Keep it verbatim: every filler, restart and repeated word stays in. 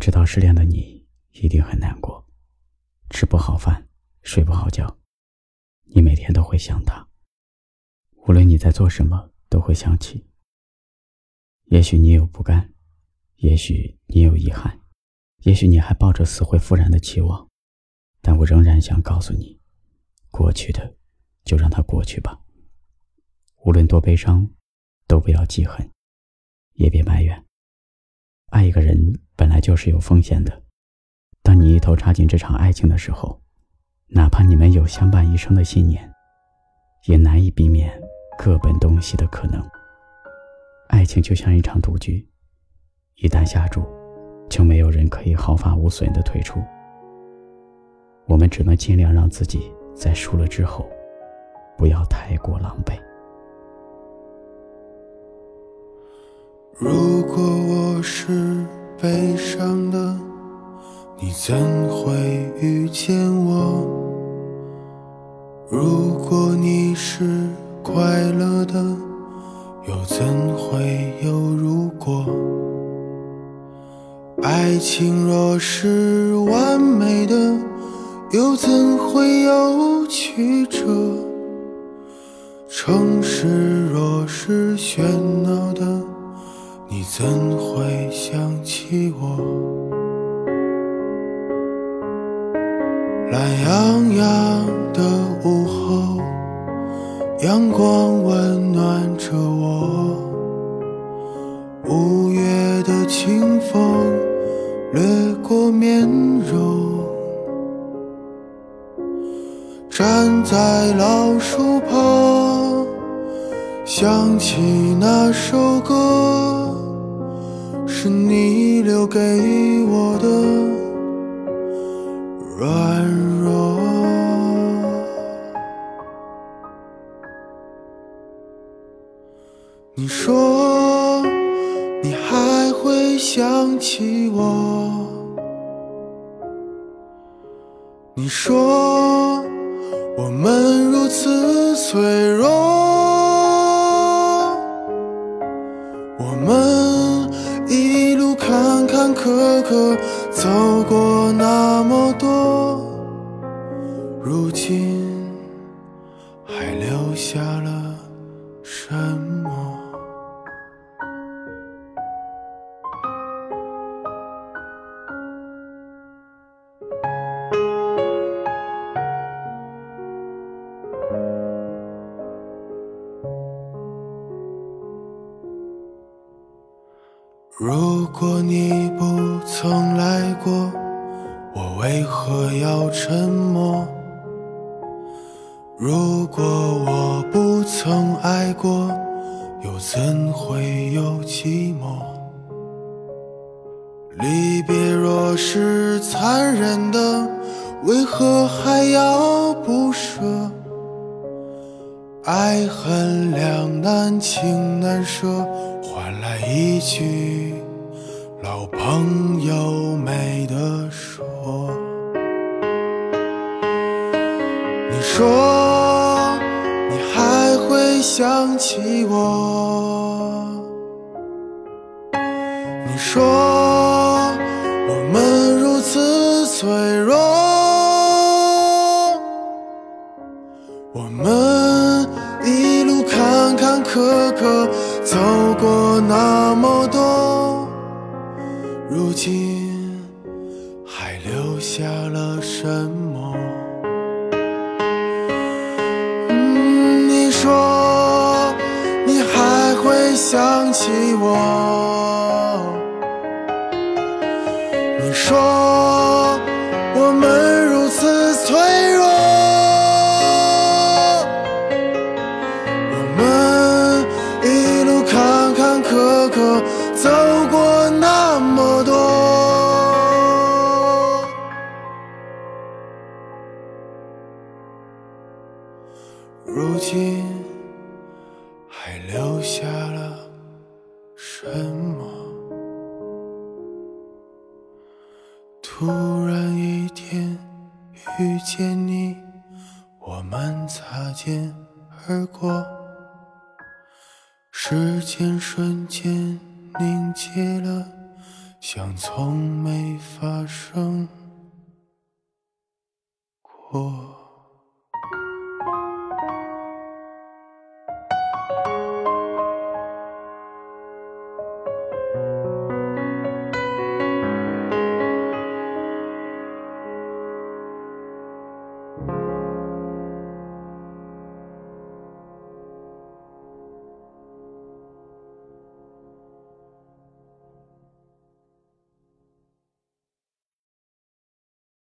知道失恋的你一定很难过，吃不好饭，睡不好觉，你每天都会想他，无论你在做什么都会想起。也许你有不甘，也许你有遗憾，也许你还抱着死灰复燃的期望，但我仍然想告诉你，过去的就让它过去吧。无论多悲伤，都不要记恨，也别埋怨。爱一个人本来就是有风险的，当你一头扎进这场爱情的时候，哪怕你们有相伴一生的信念，也难以避免各奔东西的可能。爱情就像一场赌局，一旦下注，就没有人可以毫发无损地退出。我们只能尽量让自己在输了之后，不要太过狼狈。 如果我是悲伤的，你怎会遇见我？如果你是快乐的，又怎会有如果？爱情若是完美的，又怎会有曲折？城市若是喧闹的，你怎会想起我？懒洋洋的午后，阳光温暖着我，五月的清风掠过面容，站在老树旁，想起那首歌，是你留给我的软弱。你说你还会想起我，你说我们如此脆弱，我们一路坎坎坷坷走过那么多，如今还留下了什么？如果你不曾来过，我为何要沉默？如果我不曾爱过，又怎会有寂寞？离别若是残忍的，为何还要不舍？爱恨两难，情难舍，换来一句老朋友没得说。你说你还会想起我，你说我们如此脆弱，我们一路坎坎坷坷走过那么多，如今还留下了什么？嗯，你说你还会想起我，你说我们如此脆弱，我们一路坎坎坷坷走过那么多，如今还留下了什么？突然一天遇见你，我们擦肩而过，时间瞬间凝结了， 像从没发生过。